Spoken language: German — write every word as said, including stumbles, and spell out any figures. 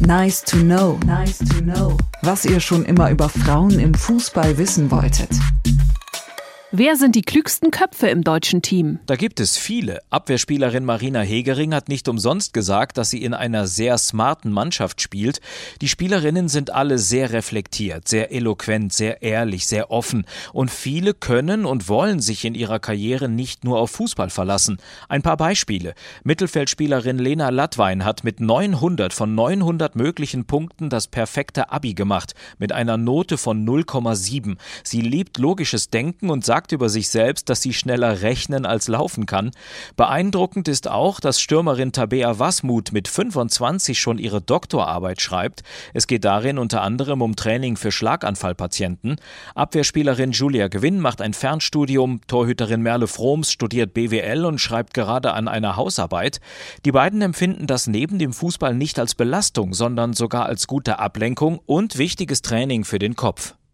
Nice to know. Nice to know. Was ihr schon immer über Frauen im Fußball wissen wolltet. Wer sind die klügsten Köpfe im deutschen Team? Da gibt es viele. Abwehrspielerin Marina Hegering hat nicht umsonst gesagt, dass sie in einer sehr smarten Mannschaft spielt. Die Spielerinnen sind alle sehr reflektiert, sehr eloquent, sehr ehrlich, sehr offen. Und viele können und wollen sich in ihrer Karriere nicht nur auf Fußball verlassen. Ein paar Beispiele. Mittelfeldspielerin Lena Lattwein hat mit neunhundert von neunhundert möglichen Punkten das perfekte Abi gemacht, mit einer Note von null Komma sieben. Sie liebt logisches Denken und sagt über sich selbst, dass sie schneller rechnen als laufen kann. Beeindruckend ist auch, dass Stürmerin Tabea Wasmuth mit fünfundzwanzig schon ihre Doktorarbeit schreibt. Es geht darin unter anderem um Training für Schlaganfallpatienten. Abwehrspielerin Julia Gewinn macht ein Fernstudium. Torhüterin Merle Froms studiert B W L und schreibt gerade an einer Hausarbeit. Die beiden empfinden das neben dem Fußball nicht als Belastung, sondern sogar als gute Ablenkung und wichtiges Training für den Kopf.